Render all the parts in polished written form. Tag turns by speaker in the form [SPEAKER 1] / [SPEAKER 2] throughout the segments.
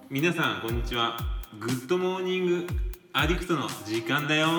[SPEAKER 1] 皆さんこんにちは。グッドモーニングアディクトの時間だよ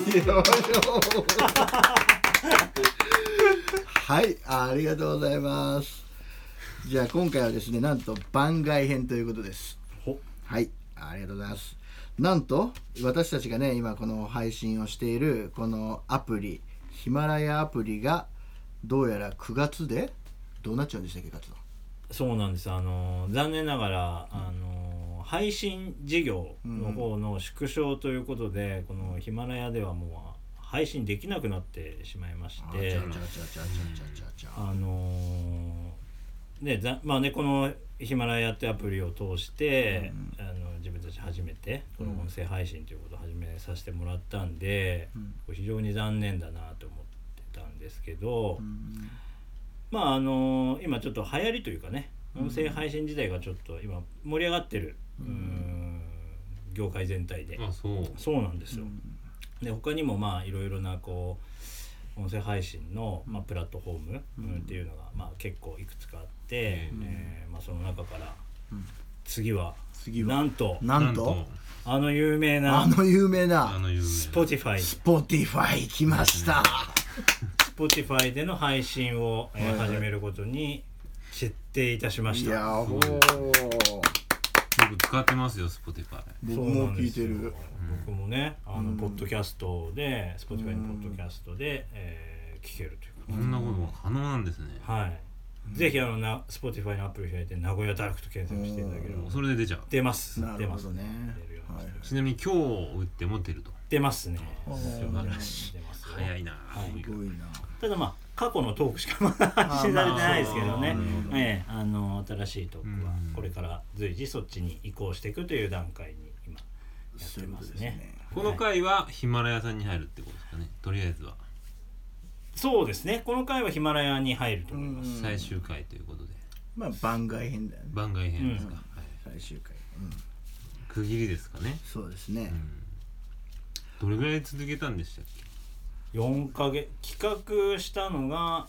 [SPEAKER 2] はい、ありがとうございます。じゃあ今回はですね、なんと番外編ということです。はい、ありがとうございます。なんと私たちがね、今この配信をしているこのアプリ、ヒマラヤアプリがどうやら9月でどうなっちゃうんでしたっけ、活動。
[SPEAKER 3] そうなんです。残念ながら配信事業の方の縮小ということで、このヒマラヤではもう配信できなくなってしまいまして、まあね、このヒマラヤってアプリを通して、自分たち初めてこの音声配信ということを始めさせてもらったんで、非常に残念だなと思ってたんですけど、まあ今ちょっと流行りというかね、音声配信自体がちょっと今盛り上がってる、業界全体で。そうなんですよ。で他にもまあいろいろなこう音声配信の、プラットフォーム、っていうのが、結構いくつかあって、その中から、次はなんとあの有名な
[SPEAKER 2] Spotify 来ました。
[SPEAKER 3] Spotify での配信を、始めることに決定いたしました。
[SPEAKER 2] いや
[SPEAKER 1] 僕使ってますよ Spotify。
[SPEAKER 2] 僕も聞いてる。
[SPEAKER 3] 僕もね、ポッドキャストで Spotify のポッドキャストで、聞けるということ。
[SPEAKER 1] こんなことが可能なんですね。
[SPEAKER 3] はい。ぜひSpotify のアプリを開いて名古屋ダークと検索していただければ。
[SPEAKER 1] それで出ちゃう。
[SPEAKER 3] 出ます。
[SPEAKER 2] なるほどね。
[SPEAKER 1] ちなみに今日打っても出ると。
[SPEAKER 3] 出ますね。
[SPEAKER 1] 素晴らしい。早いな。
[SPEAKER 2] すごいな。
[SPEAKER 3] ただ過去のトークしかまだ発信されてないですけどね。新しいトークはこれから随時そっちに移行していくという段階に今やってますね。
[SPEAKER 1] この回はヒマラヤさんに入るってことですかね。とりあえずは。
[SPEAKER 3] そうですね。この回はヒマラヤに入ると思います。
[SPEAKER 1] 最終回ということで。
[SPEAKER 2] 番外編だよね。
[SPEAKER 1] 番外編ですか。
[SPEAKER 2] 最終回。
[SPEAKER 1] 区切りですかね。
[SPEAKER 2] そうですね。
[SPEAKER 1] どれぐらい続けたんでしたっけ
[SPEAKER 3] ？4ヶ月企画したのが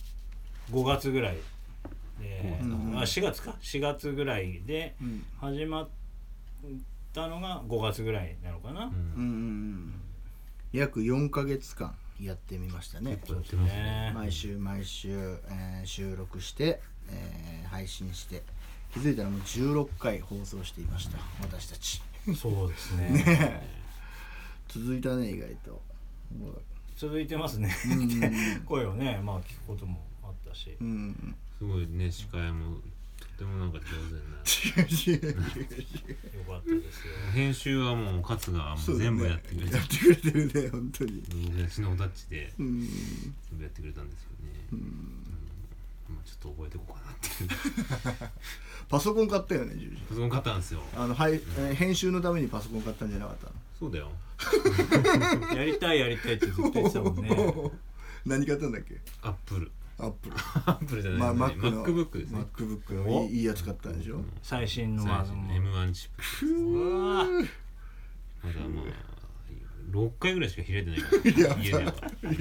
[SPEAKER 3] 5月ぐらいで、4月ぐらいで始まったのが5月ぐらいなのかな。
[SPEAKER 2] 約4ヶ月間やってみましたね。毎週、収録して、配信して気づいたらもう16回放送していました、私たち。
[SPEAKER 3] そうですね。
[SPEAKER 2] 続いたね、意外と。
[SPEAKER 3] 続いてますね。声をね、聞くこともあったし、
[SPEAKER 1] すごいね、司会もとてもなんか上手になる。
[SPEAKER 3] よかったですよ。
[SPEAKER 1] 編集はもう勝が全部やってくれて
[SPEAKER 2] るね、本当に。
[SPEAKER 1] 私のタッチで全部やってくれたんですよね。ちょっと覚えていこうかなっていう。
[SPEAKER 2] パソコン買ったよね、
[SPEAKER 1] パソコン買ったんですよ。
[SPEAKER 2] 編集のためにパソコン買ったんじゃなかったの？
[SPEAKER 1] そうだよ。
[SPEAKER 3] やりたいってずっと言ってたもんね。
[SPEAKER 2] 何買ったんだっけ？
[SPEAKER 1] アップルじゃない、
[SPEAKER 2] MacBook ですね。MacBook のいいやつ買ったんでしょ？
[SPEAKER 3] 最新の
[SPEAKER 1] M1 チップ。まだ6回ぐらいしか開いてないから家では。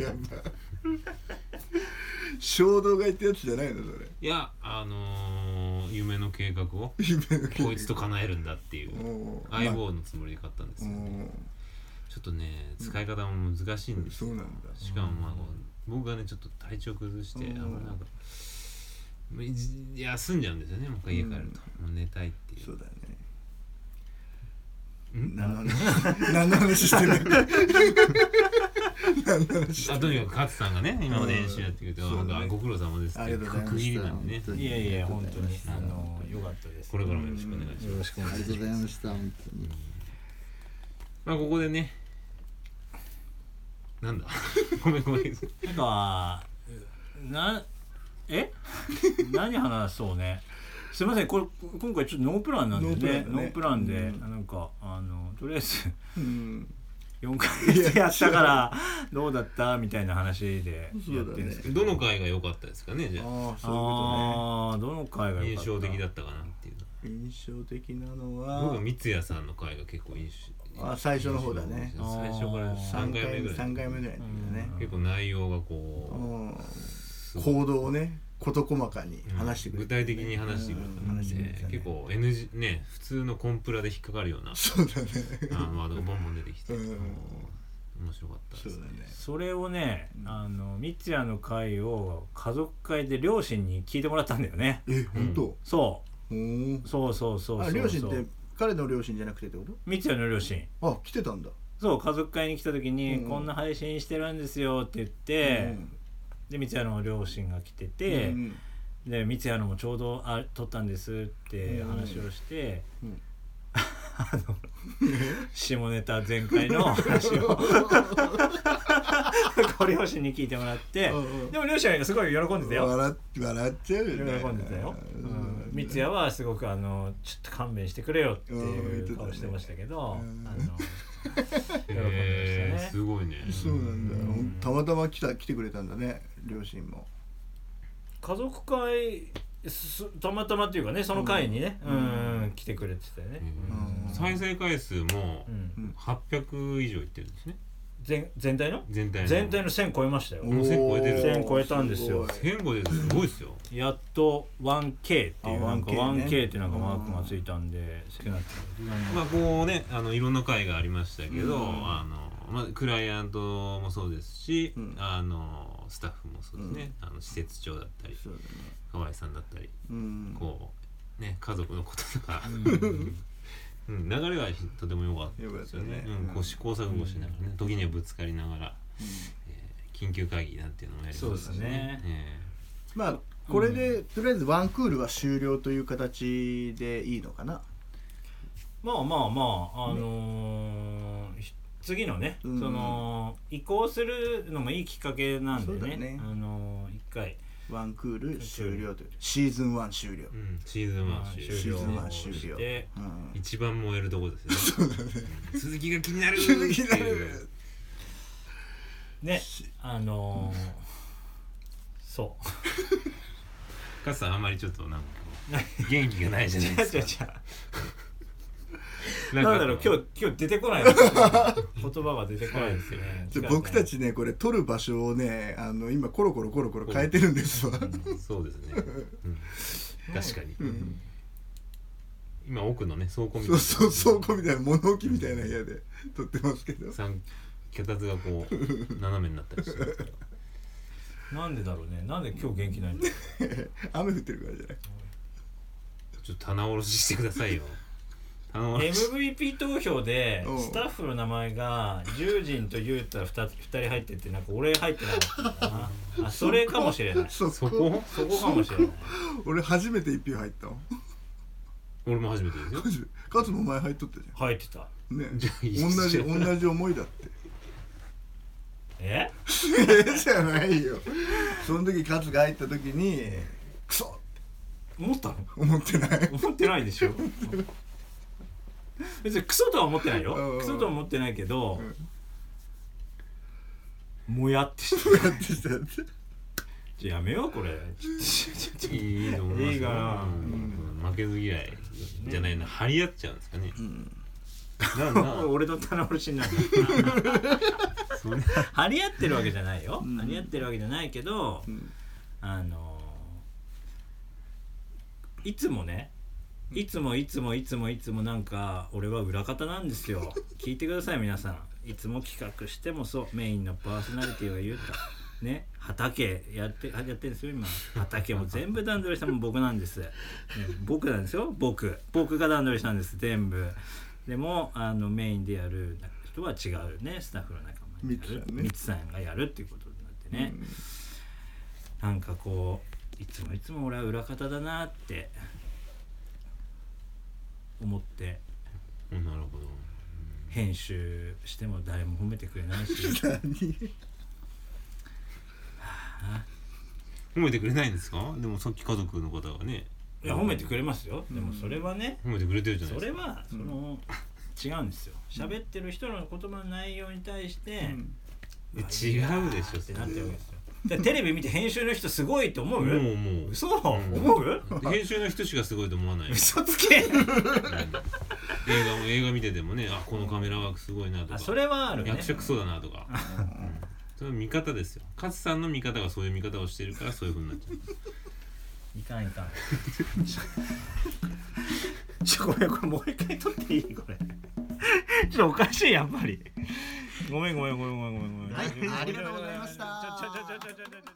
[SPEAKER 2] 衝動買いってやつじゃないのそれ？
[SPEAKER 1] いや、夢の計画をこいつと叶えるんだっていう相棒のつもりで買ったんですよね。ちょっとね、使い方も難しいんですよ。
[SPEAKER 2] そうなんだ。
[SPEAKER 1] しかも僕がねちょっと体調崩してなんか休んじゃうんですよね。もう一回家帰るともう寝たいっていう。
[SPEAKER 2] そうだよね。何の話してるんだ。
[SPEAKER 1] とにかく勝さんがね今まで練習やってくれてご苦労様ですって区切りなんでね。
[SPEAKER 3] いや本当に良かったです。
[SPEAKER 1] これからもよろしくお願いします。
[SPEAKER 3] よろしくお願いします。
[SPEAKER 2] ありがとうございました。本当に。
[SPEAKER 1] ここでね、なんだごめん
[SPEAKER 3] 何話そうね。すみません、これ今回ちょっとノープランなんでね。ノープランでなんかとりあえず4ヶ月やったからどうだったみたいな話でやってるんですけ
[SPEAKER 1] ど、どの回が良かったですかね。じゃあ
[SPEAKER 2] そういうことね。
[SPEAKER 3] どの回が
[SPEAKER 1] 印象的だったかなっていう。
[SPEAKER 2] 印象的なのは
[SPEAKER 1] 僕は三谷さんの回が結構
[SPEAKER 2] 最初の方だね。
[SPEAKER 1] 最初から3回目ぐらい
[SPEAKER 2] だね。
[SPEAKER 1] 結構内容がこう
[SPEAKER 2] 行動をね事細かに話してくれて、
[SPEAKER 1] 具体的に話してくれたので、結構 NG ね普通のコンプラで引っかかるような
[SPEAKER 2] そうだね
[SPEAKER 1] ワードがボンボン出てきて、面白かったですね。
[SPEAKER 3] それをね三ツ矢の会を家族会で両親に聞いてもらったんだよね。
[SPEAKER 2] 本当？
[SPEAKER 3] そう
[SPEAKER 2] 両親って彼の両親じゃなくてってこと？
[SPEAKER 3] 三ツ矢の両親
[SPEAKER 2] 来てたんだ。
[SPEAKER 3] そう家族会に来た時に、こんな配信してるんですよって言って、で三ツ矢の両親が来てて、で三ツ矢のもちょうど撮ったんですって話をして、下ネタ全開の話をご両親に聞いてもらって、でも両親はすごい喜んでたよ。
[SPEAKER 2] 笑っちゃうよね。
[SPEAKER 3] 喜んでたよ。三ツ矢はすごくちょっと勘弁してくれよっていう顔してましたけど、喜んでましたね。
[SPEAKER 1] すごいね。
[SPEAKER 2] そうなんだよ。たまたま来てくれたんだね、両親も。
[SPEAKER 3] 家族会たまたまっていうかね、その会にね、来てくれてたよね。
[SPEAKER 1] 再生回数も800以上いってるんですね。
[SPEAKER 3] 全体の1000超えましたよ。
[SPEAKER 1] 1000超えてる。
[SPEAKER 3] 1000超えたんですよ。
[SPEAKER 1] 1000超えてる、すごいですよ。
[SPEAKER 3] やっと 1K っていうなんか 1K ってなんかマークがついたんで少なくて、
[SPEAKER 1] まあこうねいろんな会がありましたけど、クライアントもそうですし、スタッフもそうですね、施設長だったり、河合さんだったり、こうね家族のこととか、流れはとても良かったですよね。こう試行錯誤しながらね、時にはぶつかりながら、緊急会議なんていうのもやりましたね。
[SPEAKER 2] まあこれでとりあえずワンクールは終了という形でいいのかな。
[SPEAKER 3] まあ次のね、その移行するのもいいきっかけなんでね、一回
[SPEAKER 2] ワンクール終了というシーズン1終了、
[SPEAKER 1] シーズン1終了で、一番燃えるところですよね。続きが気になるっていう
[SPEAKER 3] ね、そう
[SPEAKER 1] カツさんあんまりちょっとなんか元気がないじゃないですか。
[SPEAKER 3] なんだろう、今日出てこないですね。言葉が出てこないですね。
[SPEAKER 2] 僕たちねこれ撮る場所をね今コロコロ変えてるんですわ。
[SPEAKER 1] そうですね。確かに。今奥のね倉庫みたいな
[SPEAKER 2] 倉庫みたいな物置みたいな部屋で撮ってますけど。
[SPEAKER 1] 脚立がこう斜めになったりしてますから。
[SPEAKER 3] なんでだろうね。なんで今日元気ないんだ。
[SPEAKER 2] 雨降ってるからじゃない。
[SPEAKER 1] ちょっと棚卸ししてくださいよ。
[SPEAKER 3] MVP 投票でスタッフの名前が10人とゆうた2人入ってて、なんか俺入ってなかったんだな。それかもしれない。
[SPEAKER 1] そこ
[SPEAKER 3] かもしれない。
[SPEAKER 2] 俺初めて1票入ったの。
[SPEAKER 1] 俺も初めてですよ。
[SPEAKER 2] カツも前入っとったじゃん。
[SPEAKER 3] 入ってた
[SPEAKER 2] ね。同じ思いだって。じゃないよ。その時カツが入った時にクソって
[SPEAKER 3] 思ったの？
[SPEAKER 2] 思ってない
[SPEAKER 3] でしょ。別にクソとは思ってないよ。クソとは思ってないけど、もやってしたじゃあやめようこれ。
[SPEAKER 1] いいと思います。負けず嫌いじゃないな、張り合っちゃうんですかね。
[SPEAKER 3] 俺の棚卸しになる。張り合ってるわけじゃないよ。張り合ってるわけじゃないけど、いつもね、いつもなんか俺は裏方なんですよ。聞いてください皆さん。いつも企画してもそう、メインのパーソナリティは言うたね、畑やってるんですよ今。畑も全部段取りしたのも僕なんです、僕なんですよ。僕が段取りしたんです全部。でもメインでやる人は違うね、スタッフの仲間にやるミツさんがやるっていうことになってね、なんかこういつも俺は裏方だなって思って、
[SPEAKER 1] なるほど。
[SPEAKER 3] 編集しても誰も褒めてくれないし
[SPEAKER 1] 褒めてくれないんですか？でもさっき家族の方がね、
[SPEAKER 3] いや褒めてくれますよ。でもそれはね、
[SPEAKER 1] 褒めてくれてるじゃない
[SPEAKER 3] そ
[SPEAKER 1] ですか。
[SPEAKER 3] れは違うんですよ。喋ってる人の言葉の内容に対して、
[SPEAKER 1] 違うでしょ
[SPEAKER 3] ってなってるわけですよ。でテレビ見て編集の人すごいと思う？
[SPEAKER 1] もう
[SPEAKER 3] 嘘、思う？
[SPEAKER 1] 編集の人しかすごいと思わない。
[SPEAKER 3] 嘘つけ。
[SPEAKER 1] 映画見ててもね、このカメラワークすごいなとか、
[SPEAKER 3] それはあるね。
[SPEAKER 1] 役者クソだなとか、それは見方ですよ。勝さんの見方がそういう見方をしてるからそういう風になっちゃう。
[SPEAKER 3] いかんごめん、これもう一回撮っていい？これちょっとおかしい、やっぱり。ごめん。
[SPEAKER 2] はい、ありがとうございました。